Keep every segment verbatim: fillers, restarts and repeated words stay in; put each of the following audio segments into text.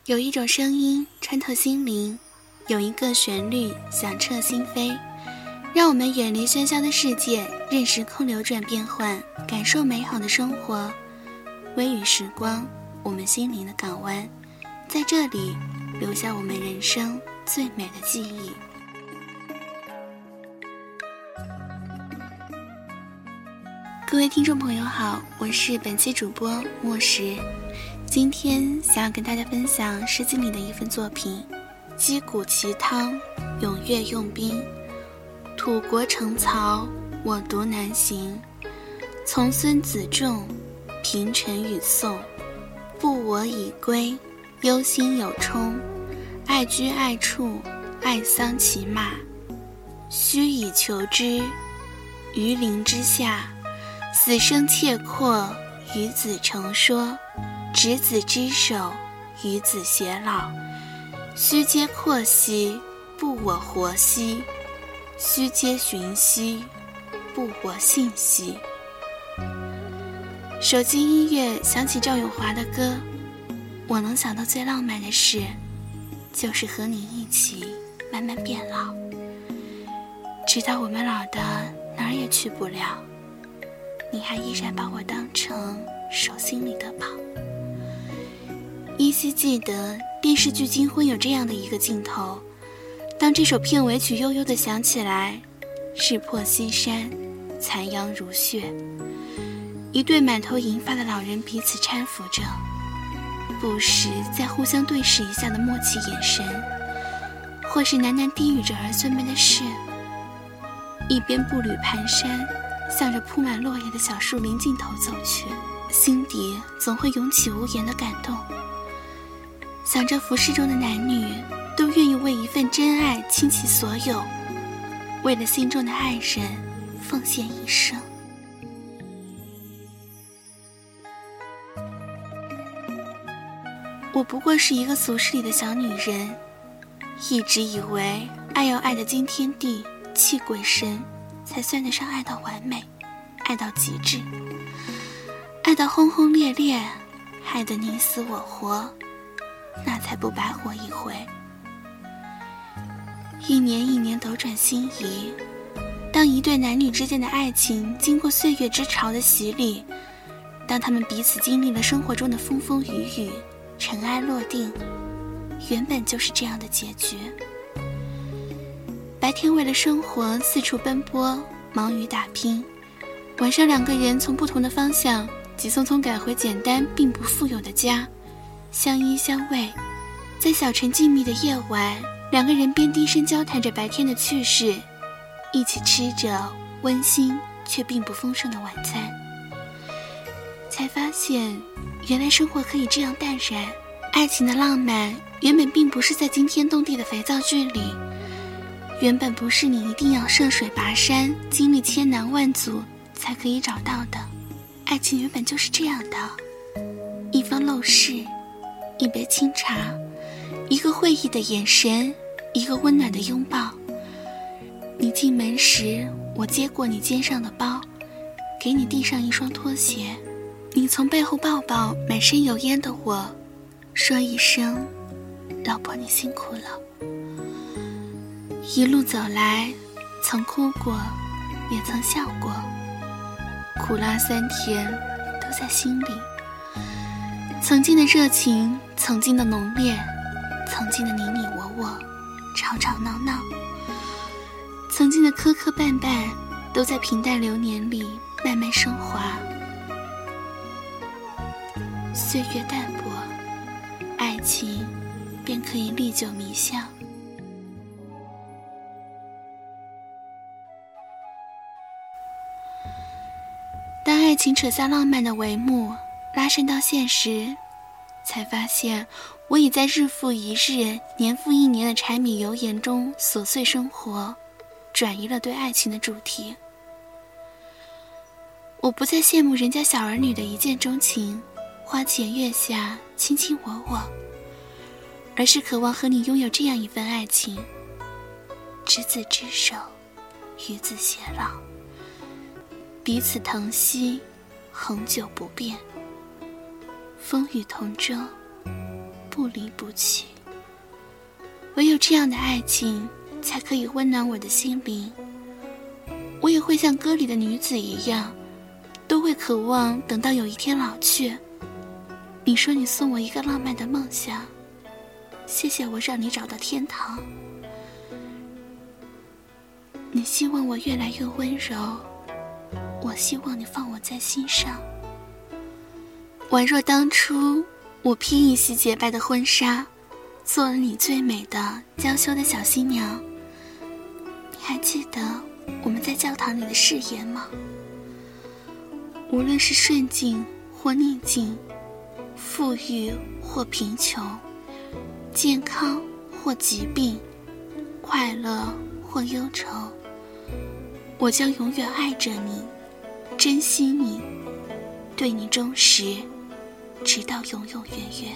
有一种声音穿透心灵，有一个旋律响彻心扉，让我们远离喧嚣的世界，任时空流转变换，感受美好的生活。微雨时光，我们心灵的港湾，在这里留下我们人生最美的记忆。各位听众朋友好，我是本期主播莫石，今天想要跟大家分享《诗经》里的一份作品：击鼓齐汤，踊跃用兵，土国城曹，我独南行。从孙子仲，平陈与宋，不我已归，忧心有冲。爱居爱处，爱桑其马。须以求之，于林之下。死生切阔，与子成说。执子之手，与子偕老。须嗟阔兮，不我活兮。须嗟寻兮，不我信兮。手机音乐响起赵咏华的歌，我能想到最浪漫的事，就是和你一起慢慢变老，直到我们老的哪儿也去不了，你还依然把我当成手心里的宝。依稀记得电视剧《金婚》有这样的一个镜头，当这首片尾曲悠悠地响起来，日破西山，残阳如血，一对满头银发的老人彼此搀扶着，不时在互相对视一下的默契眼神，或是喃喃低语着儿孙们的事，一边步履蹒跚向着铺满落叶的小树林尽头走去，心底总会涌起无言的感动，想着浮世中的男女都愿意为一份真爱倾其所有，为了心中的爱人奉献一生。我不过是一个俗世里的小女人，一直以为爱要爱得惊天地泣鬼神，才算得上爱到完美，爱到极致，爱到轰轰烈烈，爱得你死我活，那才不白活一回。一年一年斗转星移，当一对男女之间的爱情经过岁月之潮的洗礼，当他们彼此经历了生活中的风风雨雨，尘埃落定，原本就是这样的结局。白天为了生活四处奔波，忙于打拼，晚上两个人从不同的方向急匆匆赶回简单并不富有的家，相依相偎，在小城静谧的夜晚，两个人边低声交谈着白天的趣事，一起吃着温馨却并不丰盛的晚餐，才发现原来生活可以这样淡然。爱情的浪漫原本并不是在惊天动地的肥皂剧里，原本不是你一定要涉水跋山经历千难万阻才可以找到的。爱情原本就是这样的，一方陋室，一杯清茶，一个会意的眼神，一个温暖的拥抱。你进门时，我接过你肩上的包，给你递上一双拖鞋，你从背后抱抱满身油烟的我，说一声老婆你辛苦了。一路走来，曾哭过也曾笑过，苦辣酸甜都在心里。曾经的热情，曾经的浓烈，曾经的你你我我，吵吵闹闹，曾经的磕磕绊绊，都在平淡流年里慢慢升华。岁月淡薄，爱情便可以历久弥香。当爱情扯下浪漫的帷幕，拉伸到现实，才发现我已在日复一日、年复一年的柴米油盐中琐碎生活，转移了对爱情的主题。我不再羡慕人家小儿女的一见钟情，花前月下，卿卿我我，而是渴望和你拥有这样一份爱情，执子之手，与子偕老，彼此疼惜，恒久不变，风雨同舟， 不离不弃。唯有这样的爱情才可以温暖我的心灵。我也会像歌里的女子一样，都会渴望等到有一天老去，你说你送我一个浪漫的梦想，谢谢我让你找到天堂。你希望我越来越温柔，我希望你放我在心上。宛若当初我披一袭洁白的婚纱，做了你最美的娇羞的小新娘。你还记得我们在教堂里的誓言吗？无论是顺境或逆境，富裕或贫穷，健康或疾病，快乐或忧愁，我将永远爱着你，珍惜你，对你忠实，直到永永远远。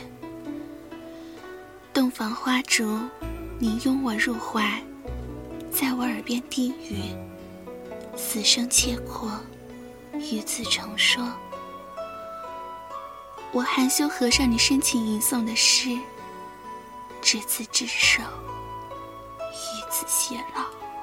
洞房花烛，你拥我入怀，在我耳边低语，此生切阔，与子成说。我含羞合上你深情吟诵的诗，执子之手，与子偕老。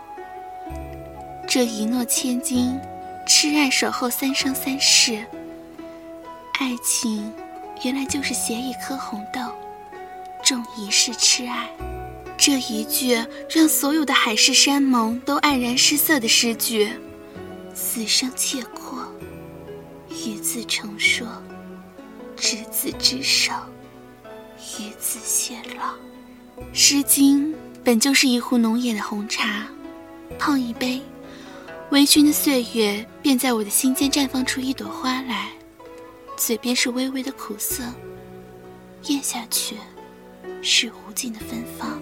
这一诺千金，痴爱守候三生三世。爱情原来就是携一颗红豆，种一世痴爱。这一句让所有的海誓山盟都黯然失色的诗句，此生切阔，与子成说，执子之手，与子偕老。诗经本就是一壶浓野的红茶，泡一杯，微醺的岁月便在我的心间绽放出一朵花来，嘴边是微微的苦涩，咽下去是无尽的芬芳。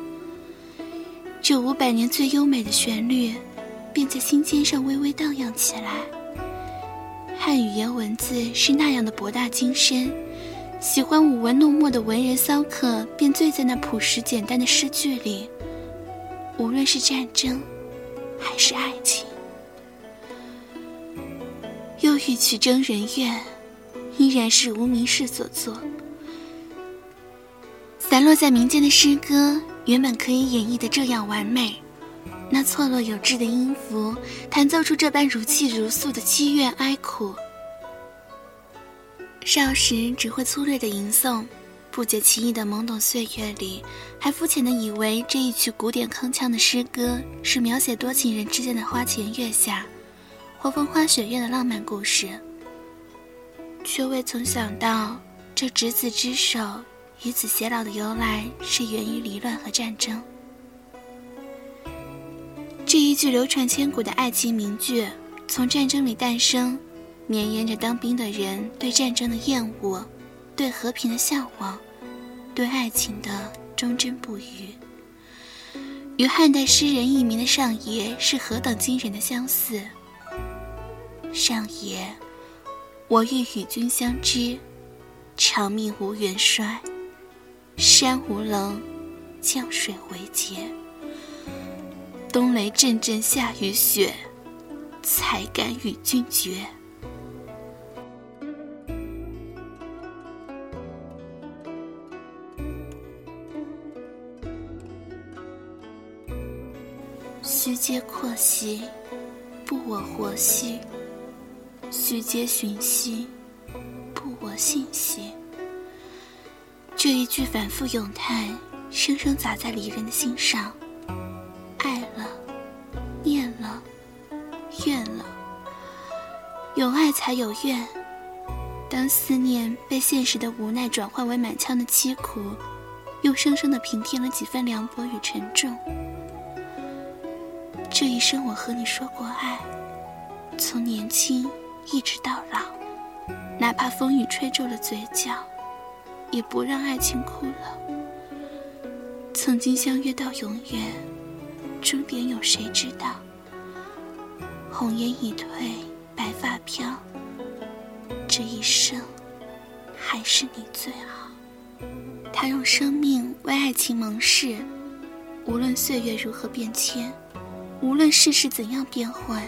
这五百年最优美的旋律便在心间上微微荡漾起来。汉语言文字是那样的博大精深，喜欢舞文弄墨的文人骚客便醉在那朴实简单的诗句里，无论是战争还是爱情。忧郁曲征人怨，依然是无名氏所作。散落在民间的诗歌原本可以演绎得这样完美，那错落有致的音符弹奏出这般如泣如诉的凄怨哀苦。少时只会粗略的吟诵，不解其意的懵懂岁月里，还肤浅的以为这一曲古典铿锵的诗歌是描写多情人之间的花前月下或风花雪月的浪漫故事，却未曾想到这执子之手与子偕老的由来是源于离乱和战争。这一句流传千古的爱情名句从战争里诞生，绵延着当兵的人对战争的厌恶，对和平的向往，对爱情的忠贞不渝。与汉代诗人佚名的上野是何等惊人的相似。上野，我欲与君相知，长命无元衰，山无棱，江水为竭，冬雷阵阵夏雨雪，才敢与君绝。须嗟阔兮，不我活兮；须嗟寻兮，不我信兮。这一句反复咏叹，生生砸在离人的心上。爱了，念了，怨了，有爱才有怨。当思念被现实的无奈转换为满腔的凄苦，又生生地平添了几分凉薄与沉重。这一生我和你说过爱，从年轻一直到老，哪怕风雨吹皱了嘴角，也不让爱情哭了。曾经相约到永远，终点有谁知道？红颜已褪，白发飘，这一生还是你最好。他用生命为爱情盟誓，无论岁月如何变迁，无论世事怎样变换，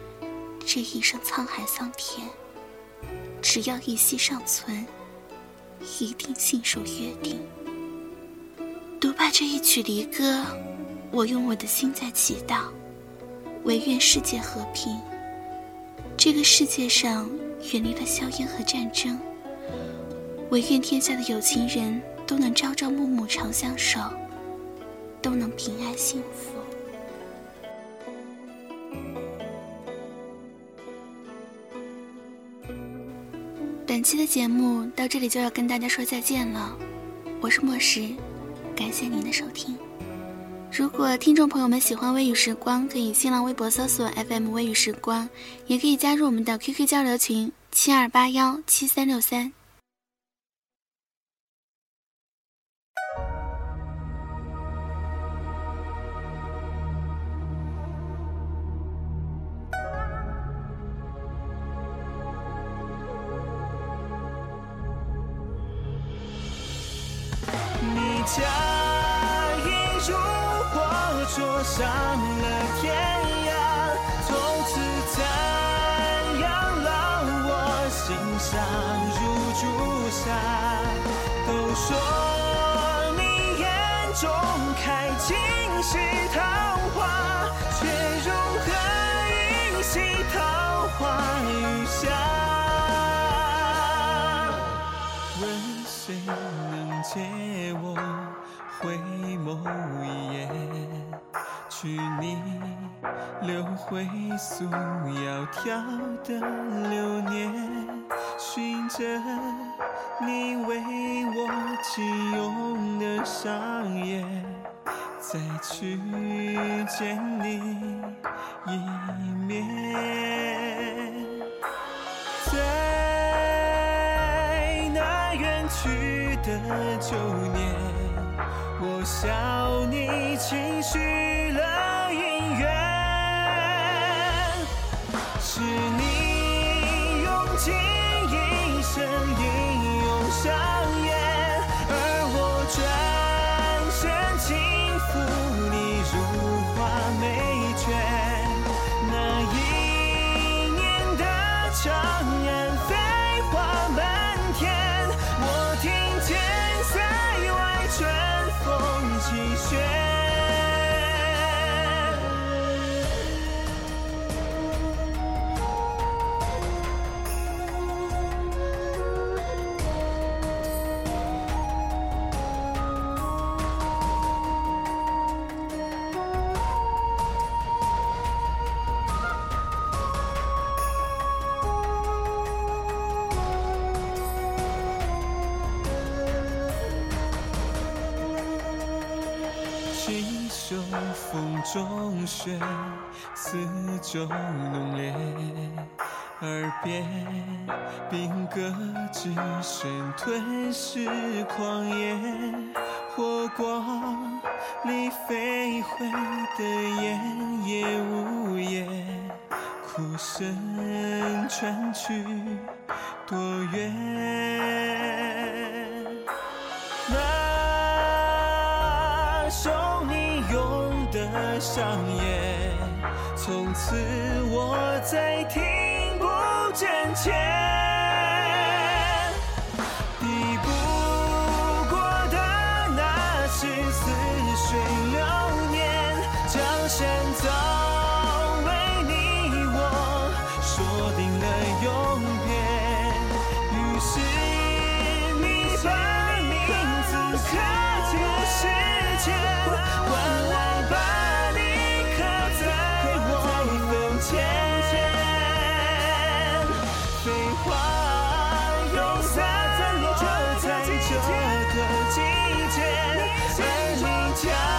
这一生沧海桑田，只要一息尚存， 一定信守约定。独把这一曲离歌，我用我的心在祈祷，唯愿世界和平，这个世界上远离了硝烟和战争，唯愿天下的有情人都能朝朝暮暮长相守，都能平安幸福。本期的节目到这里就要跟大家说再见了，我是莫石，感谢您的收听。如果听众朋友们喜欢微雨时光，可以新浪微博搜索 F M 微雨时光，也可以加入我们的 Q Q 交流群七二八幺七三六三。 你佳音如火灼伤了天涯，从此残阳烙我心上如朱砂。都说你眼中开尽是桃花，却如何饮洗桃花雨下。问谁能借我回眸一夜，去你留回素窈窕的流年，寻着你为我寄拥的上演，再去见你一面。在那远去的旧年，我笑你轻许了姻缘，是你用尽一生英勇上演，而我转身轻抚你如花美眷。那一年的长安飞花满天，我听见塞外春风起雪。锦绣风中雪，四周浓烈，耳边兵戈之声吞噬狂野，火光里飞回的烟也无言，哭声传去多远。手你拥的上演，从此我再听不真切，抵不过的那是似水流年，江山早为你我说定了永别，于是你把名字刻入世间，换来把你刻在我坟前。飞花又散落在这个季节，而你家